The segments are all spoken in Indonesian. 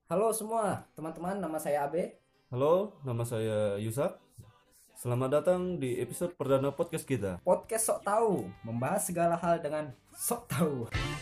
Halo semua teman-teman, nama saya Abe. Halo, nama saya Yusak. Selamat datang di episode perdana podcast kita. Podcast Sok Tahu, membahas segala hal dengan sok tahu.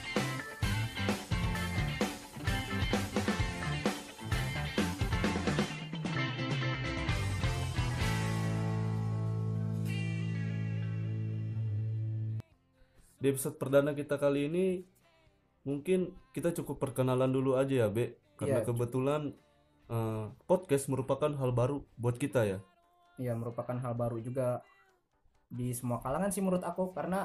Di episode perdana kita kali ini, mungkin kita cukup perkenalan dulu aja ya, Be. Karena Iya, kebetulan podcast merupakan hal baru buat kita ya. iya merupakan hal baru juga di semua kalangan sih menurut aku karena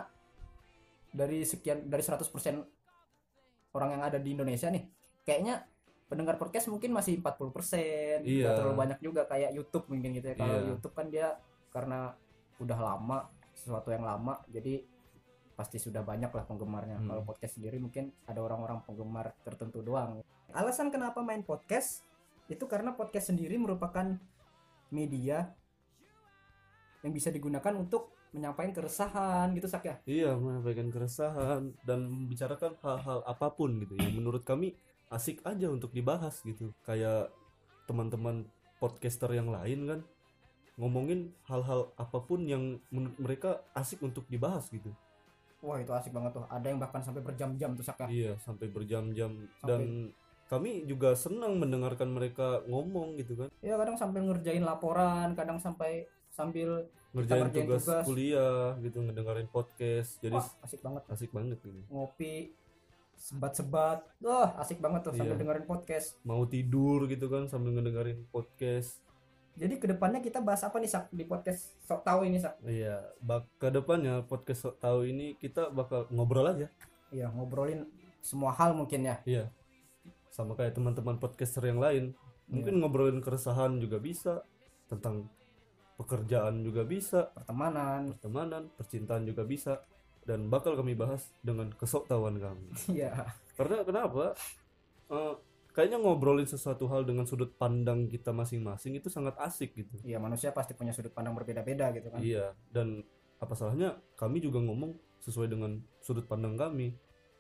dari 100% orang yang ada di Indonesia nih, kayaknya pendengar podcast mungkin masih 40%, nggak terlalu Iya, banyak juga kayak YouTube mungkin gitu ya. Kalau iya. YouTube kan dia karena udah lama, sesuatu yang lama, jadi pasti sudah banyak lah penggemarnya. Kalau Hmm. podcast sendiri mungkin ada orang-orang penggemar tertentu doang. Alasan kenapa main podcast itu karena podcast sendiri merupakan media yang bisa digunakan untuk menyampaikan keresahan gitu Sak ya. Iya, menyampaikan keresahan dan membicarakan hal-hal apapun gitu yang menurut kami asik aja untuk dibahas gitu. Kayak teman-teman podcaster yang lain kan ngomongin hal-hal apapun yang menurut mereka asik untuk dibahas gitu. Wah itu asik banget tuh. Ada yang bahkan sampai berjam-jam tuh Sak ya. Iya, sampai berjam-jam Sampai dan kami juga senang mendengarkan mereka ngomong gitu kan. ya kadang sambil ngerjain laporan, kadang sampai sambil kita Ngerjain ngerjain tugas tugas. kuliah gitu, ngedengerin podcast. Jadi Wah asik banget. asik banget gitu. Ngopi, sebat-sebat. Wah asik banget tuh sambil Iya, dengerin podcast. mau tidur gitu kan sambil ngedengerin podcast. Jadi kedepannya kita bahas apa nih Sak di podcast Sok Tahu ini Sak? Iya, ke depannya podcast Sok Tahu ini kita bakal ngobrol aja. Iya ngobrolin semua hal mungkin ya. Iya, sama kayak teman-teman podcaster yang lain. Iya, Mungkin ngobrolin keresahan juga bisa, tentang pekerjaan juga bisa, pertemanan. pertemanan, percintaan juga bisa, dan bakal kami bahas dengan kesoktahuan kami. Iya, Karena kenapa? Eh, Kayaknya ngobrolin sesuatu hal dengan sudut pandang kita masing-masing itu sangat asik gitu. iya manusia pasti punya sudut pandang berbeda-beda gitu kan. Iya, dan apa salahnya kami juga ngomong sesuai dengan sudut pandang kami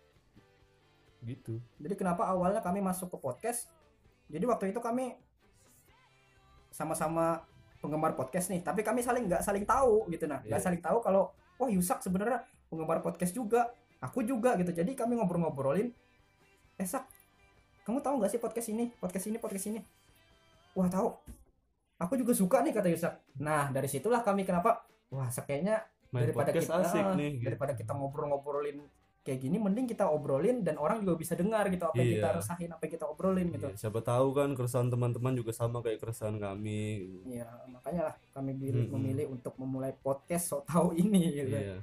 gitu. Jadi kenapa awalnya kami masuk ke podcast? Jadi waktu itu kami sama-sama penggemar podcast nih, tapi kami nggak saling tahu gitu nah, nggak Iya, saling tahu kalau oh Yusak sebenarnya penggemar podcast juga, aku juga gitu. Jadi kami ngobrol-ngobrolin, Sak, kamu tahu nggak sih podcast ini, podcast ini, podcast ini? Wah tahu, aku juga suka nih kata Yusak. Nah dari situlah kami kenapa, wah kayaknya main podcast asik nih gitu. daripada kita ngobrol-ngobrolin kayak gini, mending kita obrolin dan orang juga bisa dengar gitu apa yang kita Iya, resahin, apa yang kita obrolin gitu. iya. Siapa tahu kan keresahan teman-teman juga sama kayak keresahan kami gitu. Ya makanya lah kami Mm-mm. memilih untuk memulai podcast so tahu ini gitu. Iya.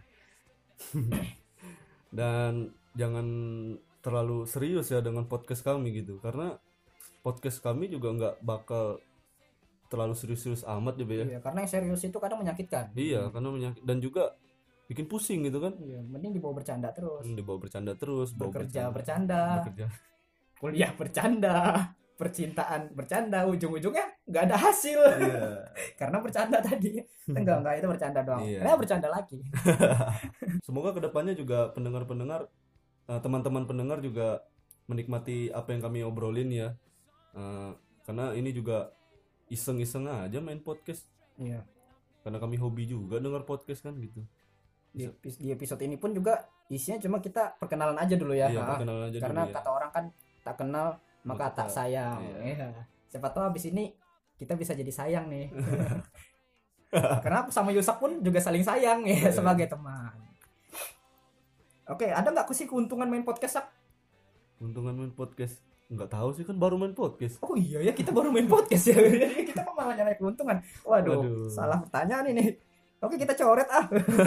Dan jangan terlalu serius ya dengan podcast kami gitu. Karena podcast kami juga nggak bakal terlalu serius-serius amat ya, Be, ya. Iya karena yang serius itu kadang menyakitkan. Iya, karena dan juga bikin pusing gitu kan. Iya mending dibawa bercanda terus, Dibawa bercanda terus, bawa bekerja bercanda, bercanda, bekerja. kuliah bercanda, percintaan bercanda, ujung-ujungnya nggak ada hasil Iya. karena bercanda tadi. Enggak itu bercanda doang, Iya. karena bercanda lagi. Semoga kedepannya juga pendengar-pendengar, teman-teman pendengar juga menikmati apa yang kami obrolin ya. Eh, karena ini juga iseng-iseng aja main podcast. Iya Karena kami hobi juga dengar podcast kan gitu. di episode ini pun juga isinya cuma kita perkenalan aja dulu ya. Iya, perkenalan aja Karena dulu ya. kata orang kan tak kenal maka Maka tak sayang. iya. Iya. Siapa tahu habis ini kita bisa jadi sayang nih. Karena sama Yusak pun juga saling sayang ya Iya. sebagai teman. Oke, ada nggak sih keuntungan main podcast Sak? Untungan main podcast. Nggak tahu sih kan baru main podcast. Oh iya ya kita baru main podcast ya. Jadi kita kok malah nyalain keuntungan. Waduh, Waduh. salah pertanyaan ini. Oke kita coret ah.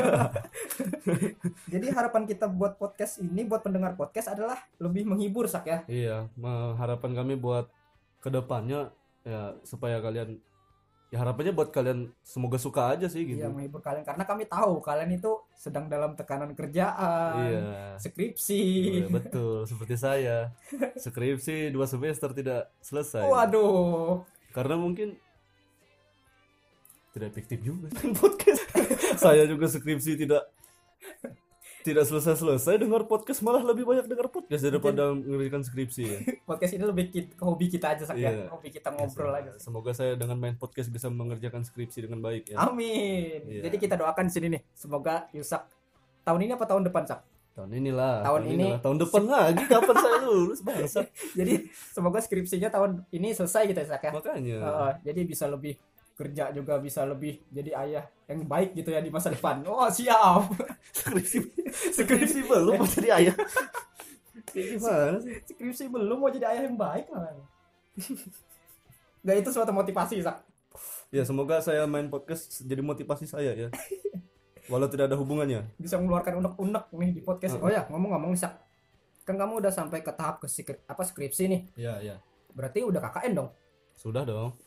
Jadi harapan kita buat podcast ini, buat pendengar podcast adalah lebih menghibur Sak ya. Iya, harapan kami buat kedepannya ya supaya kalian, ya harapannya buat kalian semoga suka aja sih Iya gitu. menghibur kalian karena kami tahu kalian itu sedang dalam tekanan kerjaan, Iya. skripsi. Iya, betul, seperti saya. Skripsi 2 semester tidak selesai. Waduh, Karena mungkin tidak efektif juga main podcast. Saya juga skripsi tidak Tidak selesai-selesai dengar podcast, malah lebih banyak dengar podcast daripada mengerjakan skripsi ya. Podcast ini lebih hobi kita aja Sak, Iya. ya. Hobi kita ngobrol aja. Sak. Semoga saya dengan main podcast bisa mengerjakan skripsi dengan baik ya. Amin. Iya. Jadi kita doakan di sini nih, semoga Yusak tahun ini apa tahun depan Sak? Tahun inilah. Tahun ini. Tahun depan lagi kapan saya lulus bangsa. Jadi semoga skripsinya tahun ini selesai gitu ya Sak ya. Makanya. Jadi bisa lebih kerja juga, bisa lebih jadi ayah yang baik gitu ya di masa depan. Oh siap. Skripsi belum mau jadi ayah. Gimana sih? Skripsi belum mau jadi ayah yang baik malah. Gak, itu suatu motivasi Sak. Ya semoga saya main podcast jadi motivasi saya ya. Walau tidak ada hubungannya. Bisa mengeluarkan unek-unek nih di podcast. Oh ya, ngomong-ngomong Sak. Kan kamu udah sampai ke tahap skripsi nih. Iya. Berarti udah KKN dong. Sudah dong.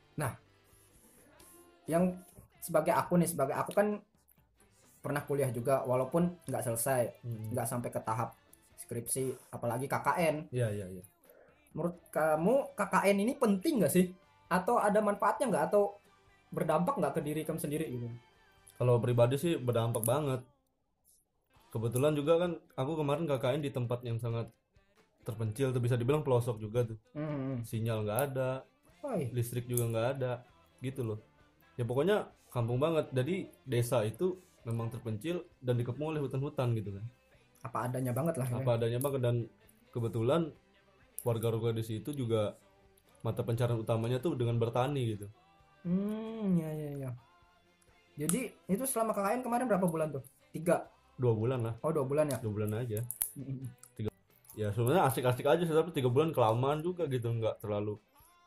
Yang sebagai aku kan pernah kuliah juga walaupun nggak selesai, nggak sampai ke tahap skripsi, apalagi KKN. Iya. Menurut kamu KKN ini penting nggak sih? Atau ada manfaatnya nggak? Atau berdampak nggak ke diri kamu sendiri gitu? Kalau pribadi sih berdampak banget. Kebetulan juga kan aku kemarin KKN di tempat yang sangat terpencil tuh, bisa dibilang pelosok juga tuh. Sinyal nggak ada, listrik juga nggak ada, gitu loh. Ya pokoknya kampung banget. Jadi desa itu memang terpencil dan dikepung oleh hutan-hutan gitu kan. Apa adanya banget lah. Apa adanya banget, dan kebetulan warga-warga di situ juga mata pencarian utamanya tuh dengan bertani gitu. Ya. Jadi itu selama KKN kemarin berapa bulan tuh? 2 bulan lah. Oh 2 bulan ya? 2 bulan aja. Ya sebenarnya asik-asik aja sih, tapi 3 bulan kelamaan juga gitu, nggak terlalu.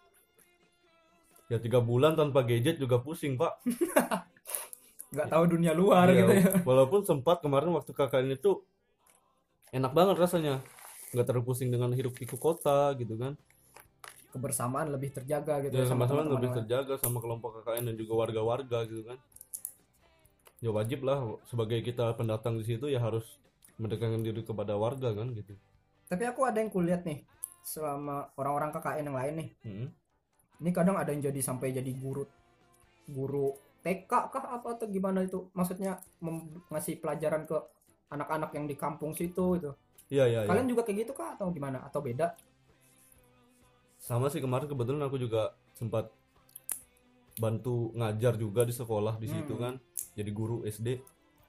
Ya 3 bulan tanpa gadget juga pusing pak. Nggak tahu dunia luar Ya, gitu ya. walaupun sempat kemarin waktu KKN itu enak banget rasanya, nggak terlalu pusing dengan hiruk pikuk kota gitu kan. Kebersamaan lebih terjaga gitu Ya sama-sama teman-teman lebih lain. terjaga sama kelompok KKN dan juga warga-warga gitu kan. Ya wajib lah sebagai kita pendatang di situ ya harus mendekatkan diri kepada warga kan gitu. Tapi aku ada yang kulihat nih selama orang-orang KKN yang lain nih. Ini kadang ada yang sampai jadi guru TK kah apa atau gimana itu? Maksudnya ngasih pelajaran ke anak-anak yang di kampung situ itu. Iya. Kalian juga kayak gitu kah atau gimana? Atau beda? Sama sih, kemarin kebetulan aku juga sempat bantu ngajar juga di sekolah di situ kan. Jadi guru SD.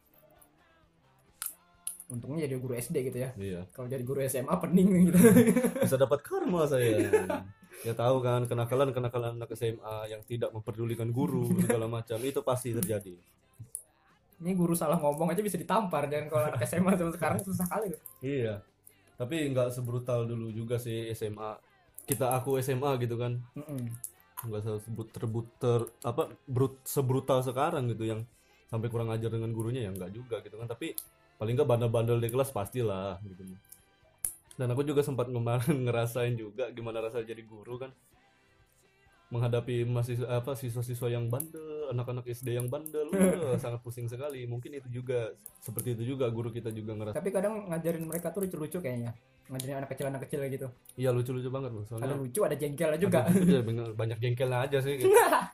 Untungnya jadi guru SD gitu ya. Iya. Kalau jadi guru SMA pening gitu. Bisa dapat karma saya. Ya tahu kan, kenakalan anak SMA yang tidak memperdulikan guru segala macam itu pasti terjadi. Ini guru salah ngomong aja bisa ditampar, dan kalau anak SMA zaman sekarang susah kali tuh. Iya. Tapi nggak sebrutal dulu juga sih SMA. Aku SMA gitu kan. Nggak sebrutal sekarang gitu yang sampai kurang ajar dengan gurunya, ya nggak juga gitu kan. Tapi paling nggak bandel-bandel di kelas pastilah gitu. Dan aku juga sempat kemarin ngerasain juga gimana rasanya jadi guru kan, menghadapi siswa-siswa yang bandel, anak-anak SD yang bandel. Sangat pusing sekali. Mungkin itu juga seperti itu juga guru kita juga ngerasa. Tapi kadang ngajarin mereka tuh lucu-lucu kayaknya, ngajarin anak kecil gitu. Iya, lucu-lucu banget loh. Soalnya ada lucu, ada jengkel juga. Banyak jengkelnya aja sih gitu.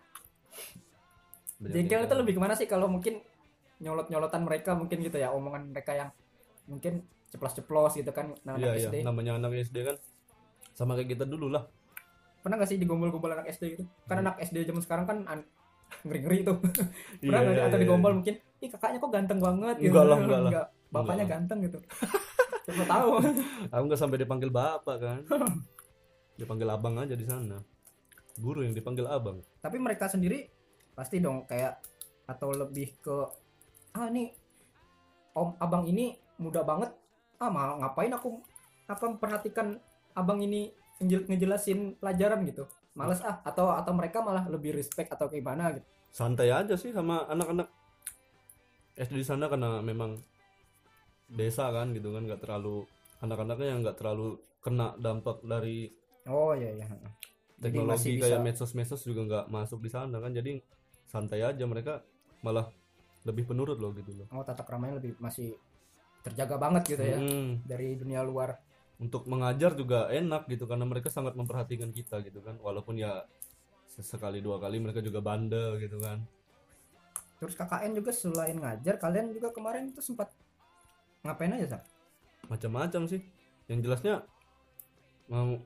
Jengkel itu lebih kemana sih? Kalau mungkin nyolot-nyolotan mereka mungkin gitu ya, omongan mereka yang mungkin ceplos-ceplos gitu kan, anak SD. Namanya anak SD kan sama kayak kita dulu lah. Pernah gak sih digombol-gombol anak SD gitu? Kan anak SD zaman sekarang kan ngeri-ngeri tuh. Pernah gak? Atau digombol mungkin, ih kakaknya kok ganteng banget gitu. Enggak lah. Bapaknya ganteng gitu. Siapa tahu. Aku nggak sampai dipanggil bapak kan. Dipanggil abang aja di sana. Guru yang dipanggil abang. Tapi mereka sendiri pasti dong kayak, atau lebih ke nih om abang ini muda banget, mau ngapain aku memperhatikan abang ini ngejelasin pelajaran gitu, males atau mereka malah lebih respect atau gimana gitu. Santai aja sih sama anak-anak SD di sana, karena memang desa kan gitu kan, nggak terlalu, anak-anaknya yang nggak terlalu kena dampak dari teknologi kayak medsos juga nggak masuk di sana kan, jadi santai aja, mereka malah lebih penurut loh gitu loh. Tata keramanya lebih masih terjaga banget gitu ya dari dunia luar. Untuk mengajar juga enak gitu karena mereka sangat memperhatikan kita gitu kan, walaupun ya sekali dua kali mereka juga bandel gitu kan. Terus KKN juga selain ngajar, kalian juga kemarin itu sempat Ngapain aja, Sak? Macam-macam sih. Yang jelasnya mau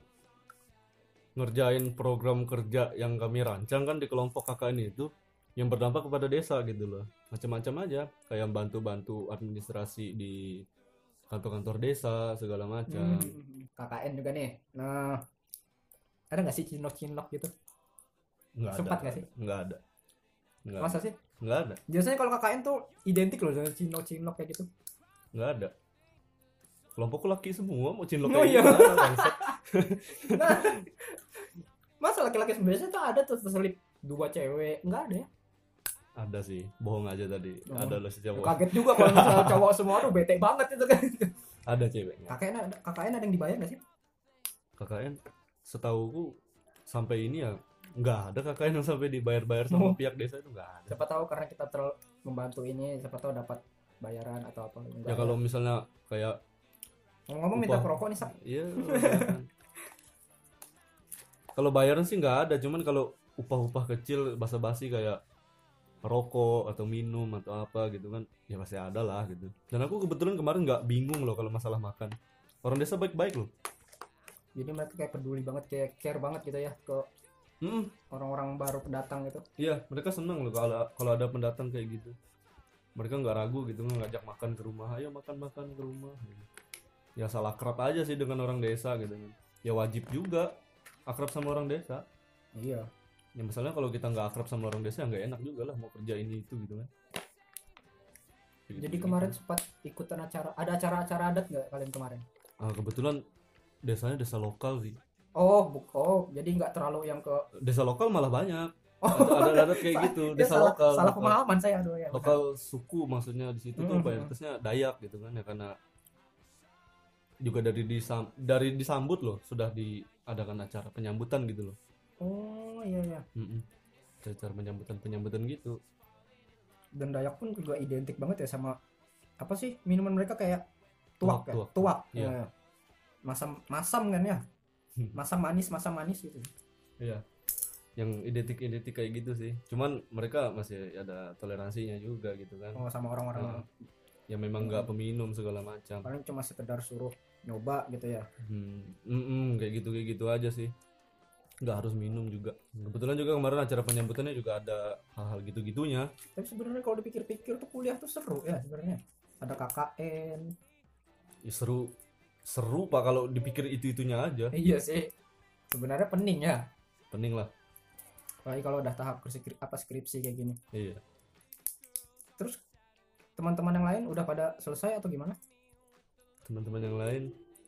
ngerjain program kerja yang kami rancang kan di kelompok KKN itu yang berdampak kepada desa gitu loh. Macam-macam aja, kayak bantu-bantu administrasi di kantor-kantor desa segala macam. KKN juga nih. Nah, ada nggak sih cinlok-cinlok gitu? Nggak ada. Sempat nggak sih? Nggak ada. Nggak Masa ada. sih? Nggak ada. Biasanya kalau KKN tuh identik loh dengan cinlok-cinlok kayak gitu. Nggak ada. Kelompokku laki semua, mau cinlok Oh kayak iya. gimana, bangsat. Nah, masa laki-laki biasanya tuh ada tuh terselip 2 cewek, nggak ada ya? Ada sih, bohong aja tadi. Oh. Ada loh si cowok. Kaget juga kalau misalnya cowok semua tuh bete banget itu kan. Ada ceweknya. KKN ada yang dibayar nggak sih? KKN setauku sampai ini ya nggak ada KKN yang sampai dibayar-bayar sama Oh. pihak desa itu nggak ada. Siapa tahu karena kita terlalu membantu ini, siapa tahu dapat bayaran atau apa. Enggak Ya kalau misalnya kayak ngomong minta upah. kerokok nih, Sak. iya silakan. Kalau bayaran sih nggak ada, cuman kalau upah-upah kecil basa-basi kayak rokok atau minum atau apa gitu kan ya pasti ada lah gitu. Dan aku kebetulan kemarin nggak bingung loh kalau masalah makan. Orang desa baik-baik loh. Jadi mereka kayak peduli banget, kayak care banget gitu ya ke Mm, orang-orang baru pendatang gitu. iya mereka seneng loh kalau ada pendatang kayak gitu. Mereka nggak ragu gitu ngajak makan ke rumah, ayo makan-makan ke rumah gitu. Ya salah akrab aja sih dengan orang desa gitu kan. Ya wajib juga akrab sama orang desa. Iya. Ya misalnya kalau kita nggak akrab sama orang desa nggak enak juga lah mau kerja ini itu gitu kan. Kayak Jadi gitu-gitu. kemarin sempat ikutan acara, ada acara-acara adat nggak kalian kemarin? Kebetulan desanya desa lokal sih. Oh, jadi nggak terlalu yang ke Desa lokal malah banyak. oh, Ada adat kayak gitu. ya Desa salah, lokal. salah lokal. pemahaman saya aduh ya. Lokal suku maksudnya di situ tuh Mhm. mayoritasnya Dayak gitu kan ya karena juga dari disambut loh sudah diadakan acara penyambutan gitu loh. Oh iya ya. Acara penyambutan gitu. Dan Dayak pun juga identik banget ya sama apa sih minuman mereka kayak tuak ya, Tuak. tuak. Iya. Ya. Masam kan ya, masam manis gitu. Iya. Yang identik kayak gitu sih. Cuman mereka masih ada toleransinya juga gitu kan. Oh sama orang-orang Ya memang nggak peminum segala macam. paling cuma sekedar suruh nyoba gitu ya. Kayak gitu aja sih. Nggak harus minum juga. Kebetulan juga kemarin acara penyambutannya juga ada hal-hal gitu-gitunya. Tapi sebenarnya kalau dipikir-pikir tuh kuliah tuh seru ya sebenarnya. Ada KKN. Ya, seru pak kalau dipikir itu-itunya aja. Iya sih. Sebenarnya pening ya. Pening lah. Apalagi kalau udah tahap skripsi kayak gini. Iya. Terus teman-teman yang lain udah pada selesai atau gimana? Teman-teman yang lain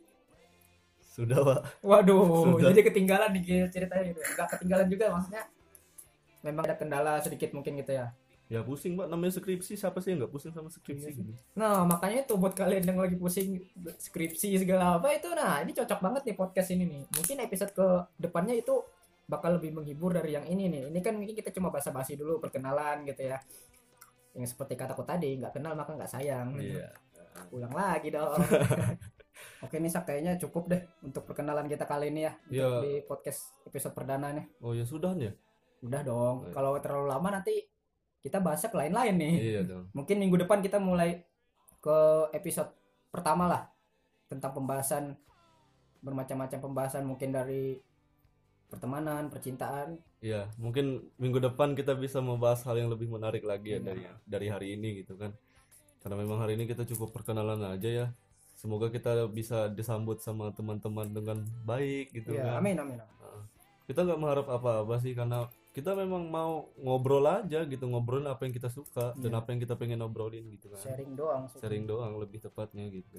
sudah pak. Waduh, Sudah. jadi ketinggalan nih ceritanya gitu. Enggak ketinggalan juga maksudnya. Memang ada kendala sedikit mungkin gitu ya. Ya pusing pak, namanya skripsi siapa sih yang nggak pusing sama skripsi Iya sih. gitu. Nah, makanya itu buat kalian yang lagi pusing skripsi segala apa itu, nah ini cocok banget nih podcast ini nih. Mungkin episode ke depannya itu bakal lebih menghibur dari yang ini nih. Ini kan mungkin kita cuma basa-basi dulu perkenalan gitu ya. Yang seperti kataku tadi, nggak kenal maka nggak sayang. Iya. Ulang lagi dong. Oke nih Sak, kayaknya cukup deh untuk perkenalan kita kali ini ya. Iya. Untuk di podcast episode perdana nih. Oh ya sudah nih. Udah dong. Iya. Kalau terlalu lama nanti kita bahas yang lain-lain nih. Iya dong. Mungkin minggu depan kita mulai ke episode pertama lah tentang pembahasan bermacam-macam pembahasan mungkin dari pertemanan, percintaan. Iya, mungkin minggu depan kita bisa membahas hal yang lebih menarik lagi ya Iya. dari hari ini gitu kan. Karena memang hari ini kita cukup perkenalan aja ya. Semoga kita bisa disambut sama teman-teman dengan baik gitu Ya, kan. amin. Kita nggak mengharap apa-apa sih karena kita memang mau ngobrol aja gitu, ngobrolin apa yang kita suka dan apa yang kita pengen obrolin gitu kan. Sharing doang. Sharing doang lebih tepatnya gitu.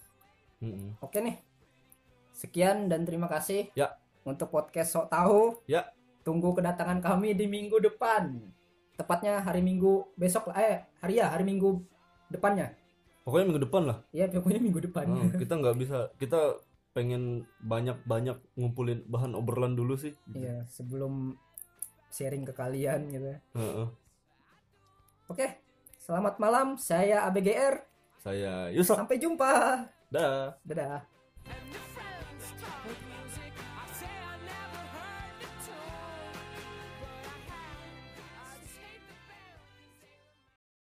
Oke nih. Sekian dan terima kasih. Ya. Untuk podcast Sok Tahu. Ya. Tunggu kedatangan kami di minggu depan. Tepatnya hari Minggu besok lah. Hari Minggu depannya. Pokoknya minggu depan lah. Ya, pokoknya minggu depan. Kita nggak bisa, kita pengen banyak ngumpulin bahan obrolan dulu sih. Iya, sebelum sharing ke kalian gitu. Heeh. Oke, selamat malam. Saya ABGR. Saya Yusuf. Sampai jumpa. Dah. Dadah.